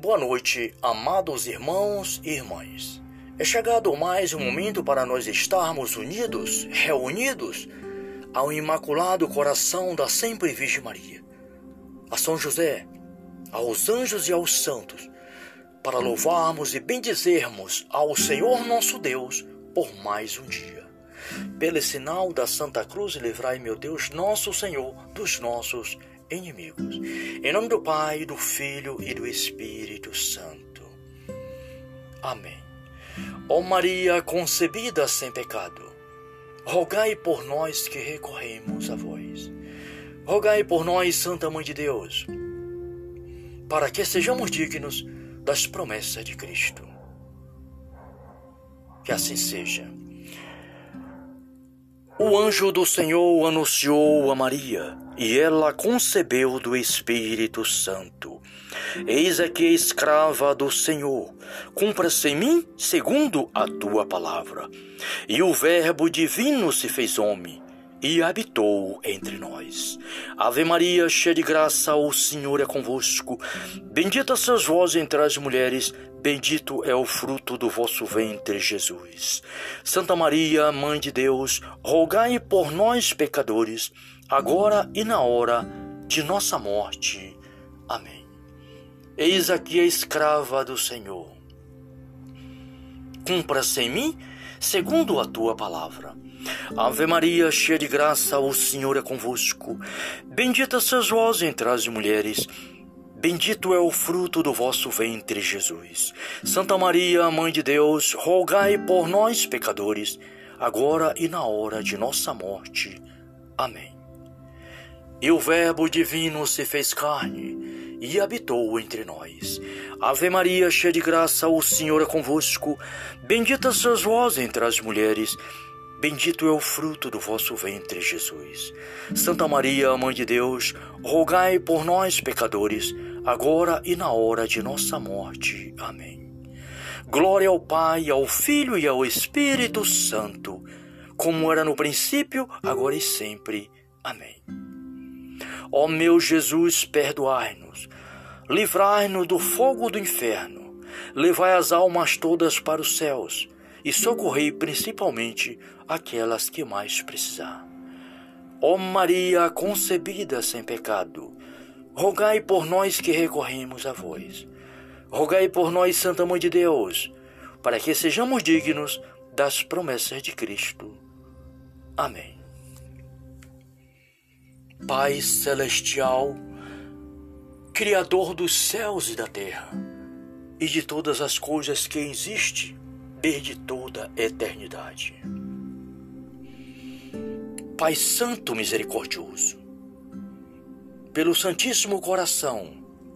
Boa noite, amados irmãos e irmãs. É chegado mais um momento para nós estarmos unidos, reunidos, ao Imaculado Coração da Sempre Virgem Maria, a São José, aos anjos e aos santos, para louvarmos e bendizermos ao Senhor nosso Deus por mais um dia. Pelo sinal da Santa Cruz, livrai, meu Deus, nosso Senhor, dos nossos inimigos. Em nome do Pai, do Filho e do Espírito Santo. Amém. Ó Maria concebida sem pecado, rogai por nós que recorremos a vós. Rogai por nós, Santa Mãe de Deus, para que sejamos dignos das promessas de Cristo. Que assim seja. O anjo do Senhor anunciou a Maria, e ela concebeu do Espírito Santo. Eis aqui a escrava do Senhor, cumpra-se em mim segundo a tua palavra. E o Verbo divino se fez homem e habitou entre nós. Ave Maria, cheia de graça, o Senhor é convosco. Bendita sois vós entre as mulheres, bendito é o fruto do vosso ventre, Jesus. Santa Maria, Mãe de Deus, rogai por nós, pecadores, agora e na hora de nossa morte. Amém. Eis aqui a escrava do Senhor. Cumpra-se em mim segundo a tua palavra. Ave Maria, cheia de graça, o Senhor é convosco. Bendita sois vós entre as mulheres, bendito é o fruto do vosso ventre, Jesus. Santa Maria, Mãe de Deus, rogai por nós, pecadores, agora e na hora de nossa morte. Amém. E o Verbo divino se fez carne e habitou entre nós. Ave Maria, cheia de graça, o Senhor é convosco. Bendita sois vós entre as mulheres, bendito é o fruto do vosso ventre, Jesus. Santa Maria, Mãe de Deus, rogai por nós, pecadores, agora e na hora de nossa morte. Amém. Glória ao Pai, ao Filho e ao Espírito Santo, como era no princípio, agora e sempre. Amém. Ó meu Jesus, perdoai-nos, livrai-nos do fogo do inferno, levai as almas todas para os céus e socorrei principalmente aquelas que mais precisar. Ó Maria concebida sem pecado, rogai por nós que recorremos a vós. Rogai por nós, Santa Mãe de Deus, para que sejamos dignos das promessas de Cristo. Amém. Pai celestial, Criador dos céus e da terra, e de todas as coisas que existem desde toda a eternidade. Pai Santo Misericordioso, pelo Santíssimo Coração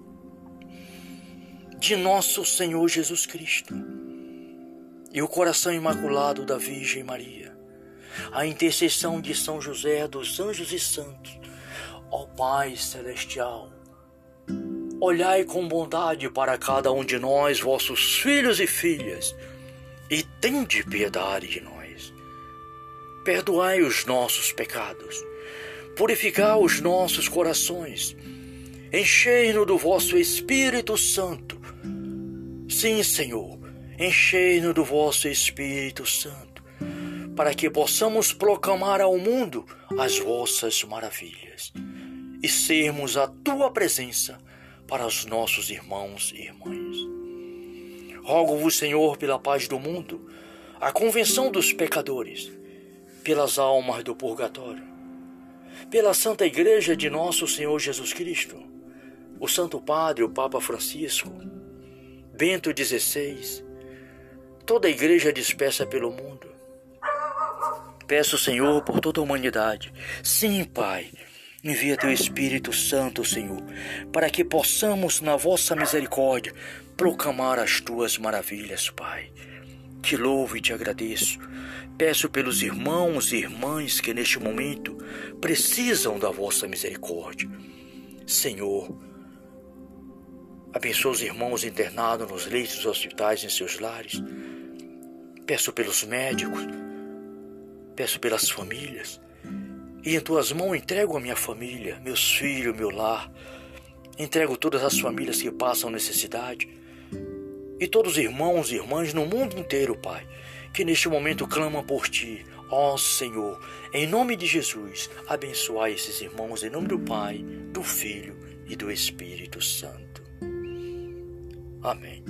de nosso Senhor Jesus Cristo e o coração imaculado da Virgem Maria, a intercessão de São José, dos anjos e santos, ó Pai Celestial, olhai com bondade para cada um de nós, vossos filhos e filhas, e tende piedade de nós. Perdoai os nossos pecados, purificai os nossos corações, enchei-nos do vosso Espírito Santo. Sim, Senhor, enchei-nos do vosso Espírito Santo, para que possamos proclamar ao mundo as vossas maravilhas e sermos a tua presença para os nossos irmãos e irmãs. Rogo-vos, Senhor, pela paz do mundo, a convenção dos pecadores, pelas almas do purgatório, pela Santa Igreja de nosso Senhor Jesus Cristo, o Santo Padre, o Papa Francisco, Bento XVI, toda a Igreja dispersa pelo mundo. Peço, Senhor, por toda a humanidade. Sim, Pai, envia teu Espírito Santo, Senhor, para que possamos, na vossa misericórdia, proclamar as tuas maravilhas, Pai. Te louvo e te agradeço. Peço pelos irmãos e irmãs que neste momento precisam da vossa misericórdia. Senhor, abençoa os irmãos internados nos leitos dos hospitais, em seus lares. Peço pelos médicos, peço pelas famílias. E em tuas mãos entrego a minha família, meus filhos, meu lar. Entrego todas as famílias que passam necessidade. e todos os irmãos e irmãs no mundo inteiro, Pai, que neste momento clamam por Ti. Ó Senhor, em nome de Jesus, abençoai esses irmãos em nome do Pai, do Filho e do Espírito Santo. Amém.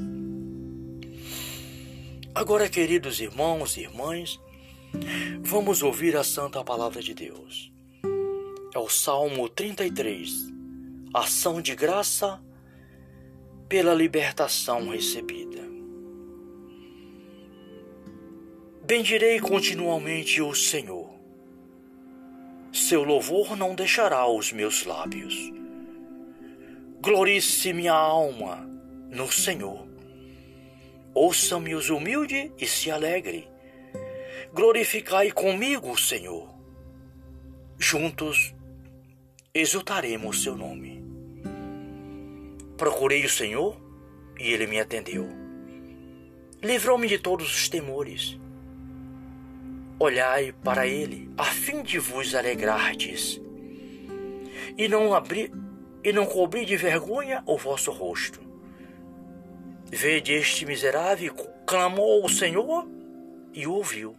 Agora, queridos irmãos e irmãs, vamos ouvir a Santa Palavra de Deus. É o Salmo 33, ação de graça pela libertação recebida. Bendirei continuamente o Senhor. Seu louvor não deixará os meus lábios. Glorifique minha alma no Senhor. Ouça-me os humildes e se alegre. Glorificai comigo o Senhor. Juntos exultaremos seu nome. Procurei o Senhor e Ele me atendeu. Livrou-me de todos os temores. Olhai para Ele, a fim de vos alegrardes, e não cobri de vergonha o vosso rosto. Vede, este miserável clamou ao Senhor e o ouviu.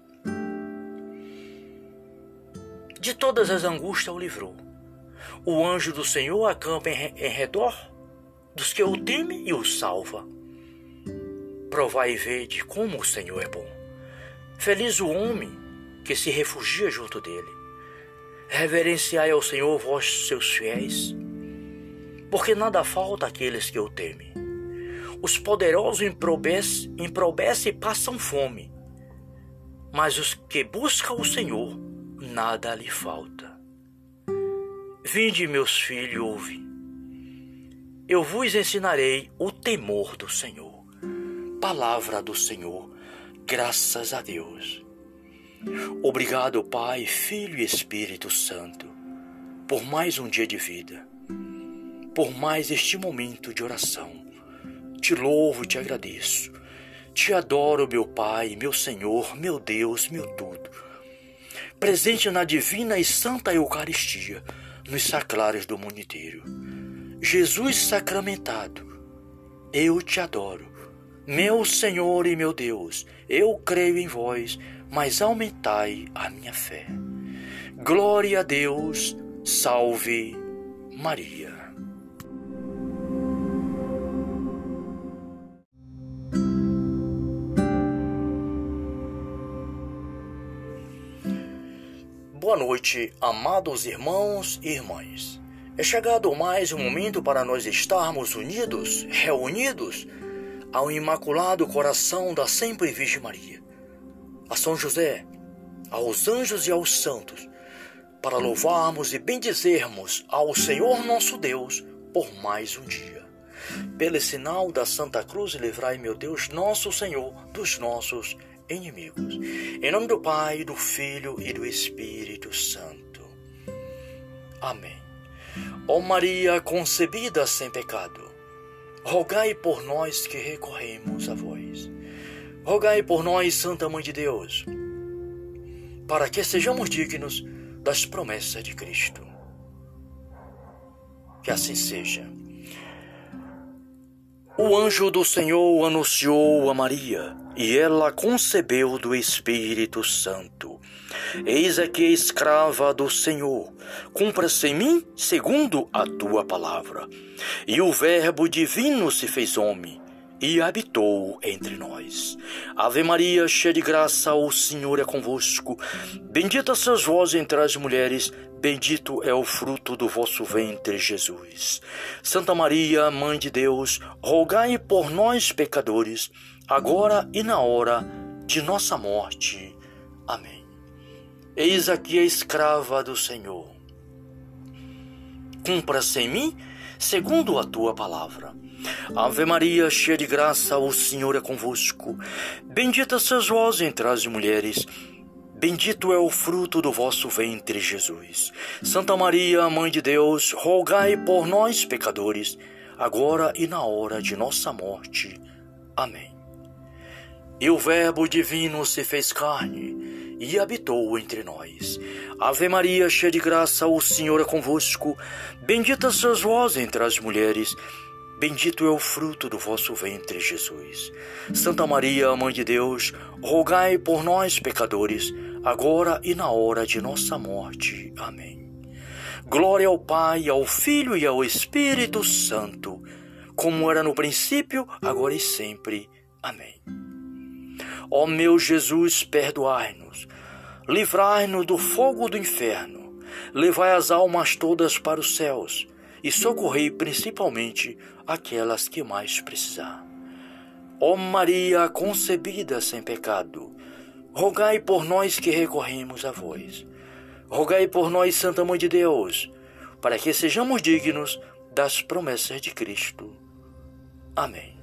De todas as angústias o livrou. O anjo do Senhor acampa em redor dos que o temem e o salva. Provai e vede como o Senhor é bom. Feliz o homem que se refugia junto dele. Reverenciai ao Senhor vós seus fiéis, porque nada falta àqueles que o temem. Os poderosos empobrecem e passam fome, mas os que buscam o Senhor, nada lhe falta. Vinde, meus filhos, ouve. Eu vos ensinarei o temor do Senhor. Palavra do Senhor, graças a Deus. Obrigado, Pai, Filho e Espírito Santo, por mais um dia de vida, por mais este momento de oração. Te louvo, te agradeço, te adoro, meu Pai, meu Senhor, meu Deus, meu tudo. Presente na divina e santa Eucaristia, nos sacrários do mundo inteiro. Jesus sacramentado, eu te adoro. Meu Senhor e meu Deus, eu creio em vós, mas aumentai a minha fé. Glória a Deus, salve Maria. Boa noite, amados irmãos e irmãs. É chegado mais um momento para nós estarmos unidos, reunidos, ao Imaculado Coração da Sempre Virgem Maria, a São José, aos anjos e aos santos, para louvarmos e bendizermos ao Senhor nosso Deus por mais um dia. Pelo sinal da Santa Cruz, livrai, meu Deus, nosso Senhor, dos nossos inimigos. Em nome do Pai, do Filho e do Espírito Santo. Amém. Ó Maria concebida sem pecado, rogai por nós que recorremos a vós. Rogai por nós, Santa Mãe de Deus, para que sejamos dignos das promessas de Cristo. Que assim seja. O anjo do Senhor anunciou a Maria, e ela concebeu do Espírito Santo. Eis aqui a escrava do Senhor, cumpra-se em mim segundo a tua palavra. E o Verbo divino se fez homem e habitou entre nós. Ave Maria, cheia de graça, o Senhor é convosco. Bendita sois vós entre as mulheres, bendito é o fruto do vosso ventre, Jesus. Santa Maria, Mãe de Deus, rogai por nós, pecadores, agora e na hora de nossa morte. Amém. Eis aqui a escrava do Senhor. Cumpra-se em mim segundo a tua palavra. Ave Maria, cheia de graça, o Senhor é convosco. Bendita sois vós entre as mulheres, bendito é o fruto do vosso ventre, Jesus. Santa Maria, Mãe de Deus, rogai por nós, pecadores, agora e na hora de nossa morte. Amém. E o Verbo divino se fez carne e habitou entre nós. Ave Maria, cheia de graça, o Senhor é convosco. Bendita sois vós entre as mulheres, Bendito é o fruto do vosso ventre, Jesus. Santa Maria, Mãe de Deus, rogai por nós, pecadores, agora e na hora de nossa morte. Amém. Glória ao Pai, ao Filho e ao Espírito Santo, como era no princípio, agora e sempre. Amém. Ó meu Jesus, perdoai-nos, livrai-nos do fogo do inferno, levai as almas todas para os céus e socorrei principalmente aquelas que mais precisar. Ó Maria concebida sem pecado, rogai por nós que recorremos a vós. Rogai por nós, Santa Mãe de Deus, para que sejamos dignos das promessas de Cristo. Amém.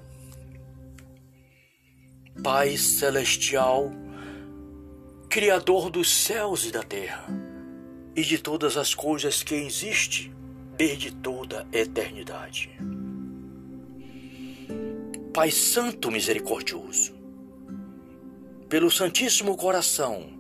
Pai celestial, Criador dos céus e da terra, e de todas as coisas que existem desde toda a eternidade. Pai Santo Misericordioso, pelo Santíssimo Coração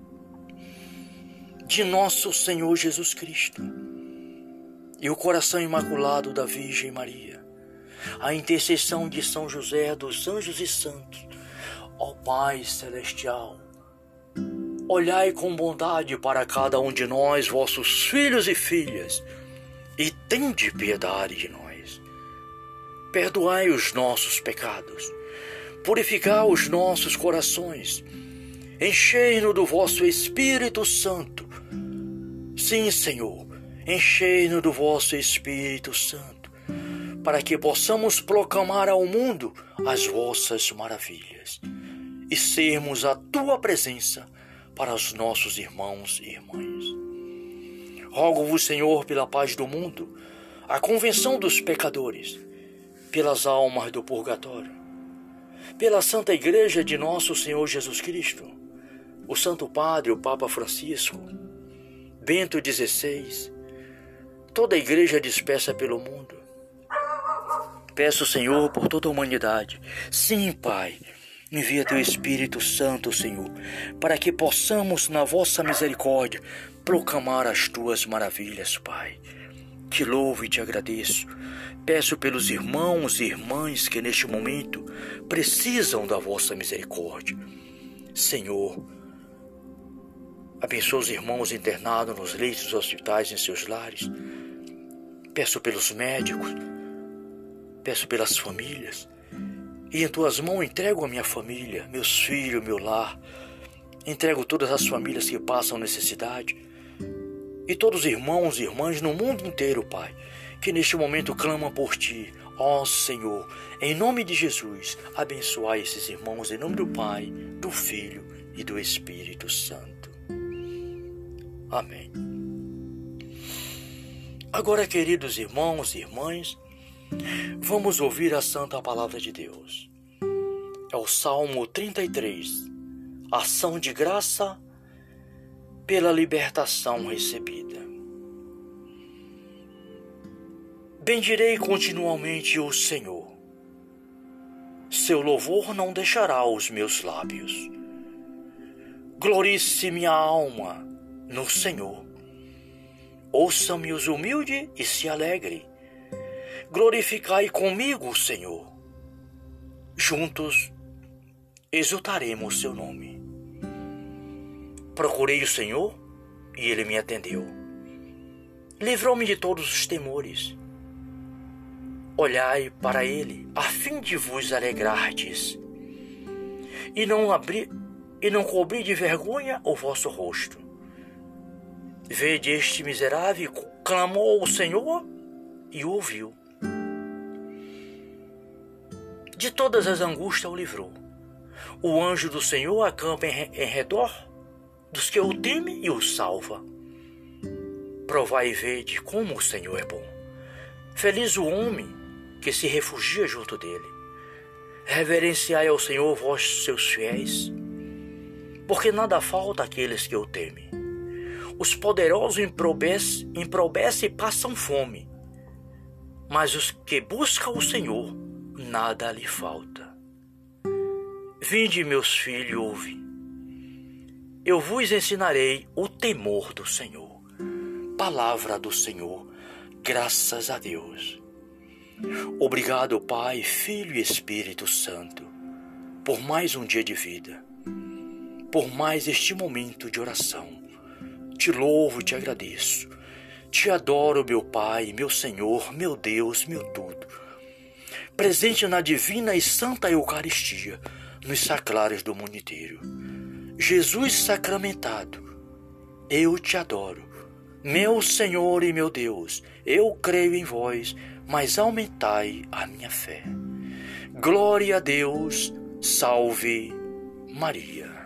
de nosso Senhor Jesus Cristo e o coração imaculado da Virgem Maria, a intercessão de São José, dos anjos e santos, ó Pai celestial, olhai com bondade para cada um de nós, vossos filhos e filhas, e tende piedade de nós. Perdoai os nossos pecados, purificai os nossos corações, enchei-nos do vosso Espírito Santo. Sim, Senhor, enchei-nos do vosso Espírito Santo, para que possamos proclamar ao mundo as vossas maravilhas e sermos a tua presença para os nossos irmãos e irmãs. Rogo-vos, Senhor, pela paz do mundo, a convenção dos pecadores, pelas almas do purgatório, pela Santa Igreja de nosso Senhor Jesus Cristo, o Santo Padre, o Papa Francisco, Bento XVI, toda a Igreja dispersa pelo mundo. Peço, Senhor, por toda a humanidade. Sim, Pai, envia teu Espírito Santo, Senhor, para que possamos, na vossa misericórdia, proclamar as tuas maravilhas, Pai. Te louvo e te agradeço. Peço pelos irmãos e irmãs que neste momento precisam da vossa misericórdia. Senhor, abençoa os irmãos internados nos leitos dos hospitais, em seus lares. Peço pelos médicos, peço pelas famílias. E em tuas mãos entrego a minha família, meus filhos, meu lar. Entrego todas as famílias que passam necessidade. E todos os irmãos e irmãs no mundo inteiro, Pai, que neste momento clamam por Ti. Ó Senhor, em nome de Jesus, abençoai esses irmãos em nome do Pai, do Filho e do Espírito Santo. Amém. Agora, queridos irmãos e irmãs, vamos ouvir a Santa Palavra de Deus. É o Salmo 33, ação de graça pela libertação recebida. Bendirei continuamente o Senhor. Seu louvor não deixará os meus lábios. Glorice minha alma no Senhor. Ouça-me os humildes e se alegre. Glorificai comigo o Senhor. Juntos exultaremos seu nome. Procurei o Senhor e Ele me atendeu. Livrou-me de todos os temores. Olhai para Ele, a fim de vos alegrardes, e não cobri de vergonha o vosso rosto. Vede este miserável, clamou ao Senhor e o ouviu. De todas as angústias o livrou. O anjo do Senhor acampa em redor dos que o temem e o salva. Provai e vede como o Senhor é bom. Feliz o homem que se refugia junto dele. Reverenciai ao Senhor vós seus fiéis, porque nada falta àqueles que o temem. Os poderosos empobrece e passam fome, mas os que buscam o Senhor, nada lhe falta. Vinde, meus filhos, ouve. Eu vos ensinarei o temor do Senhor. Palavra do Senhor, graças a Deus. Obrigado, Pai, Filho e Espírito Santo, por mais um dia de vida, por mais este momento de oração. Te louvo, te agradeço. Te adoro, meu Pai, meu Senhor, meu Deus, meu tudo. Presente na divina e santa Eucaristia, nos sacrários do mundo inteiro. Jesus sacramentado, eu te adoro. Meu Senhor e meu Deus, eu creio em vós, mas aumentai a minha fé. Glória a Deus, salve Maria.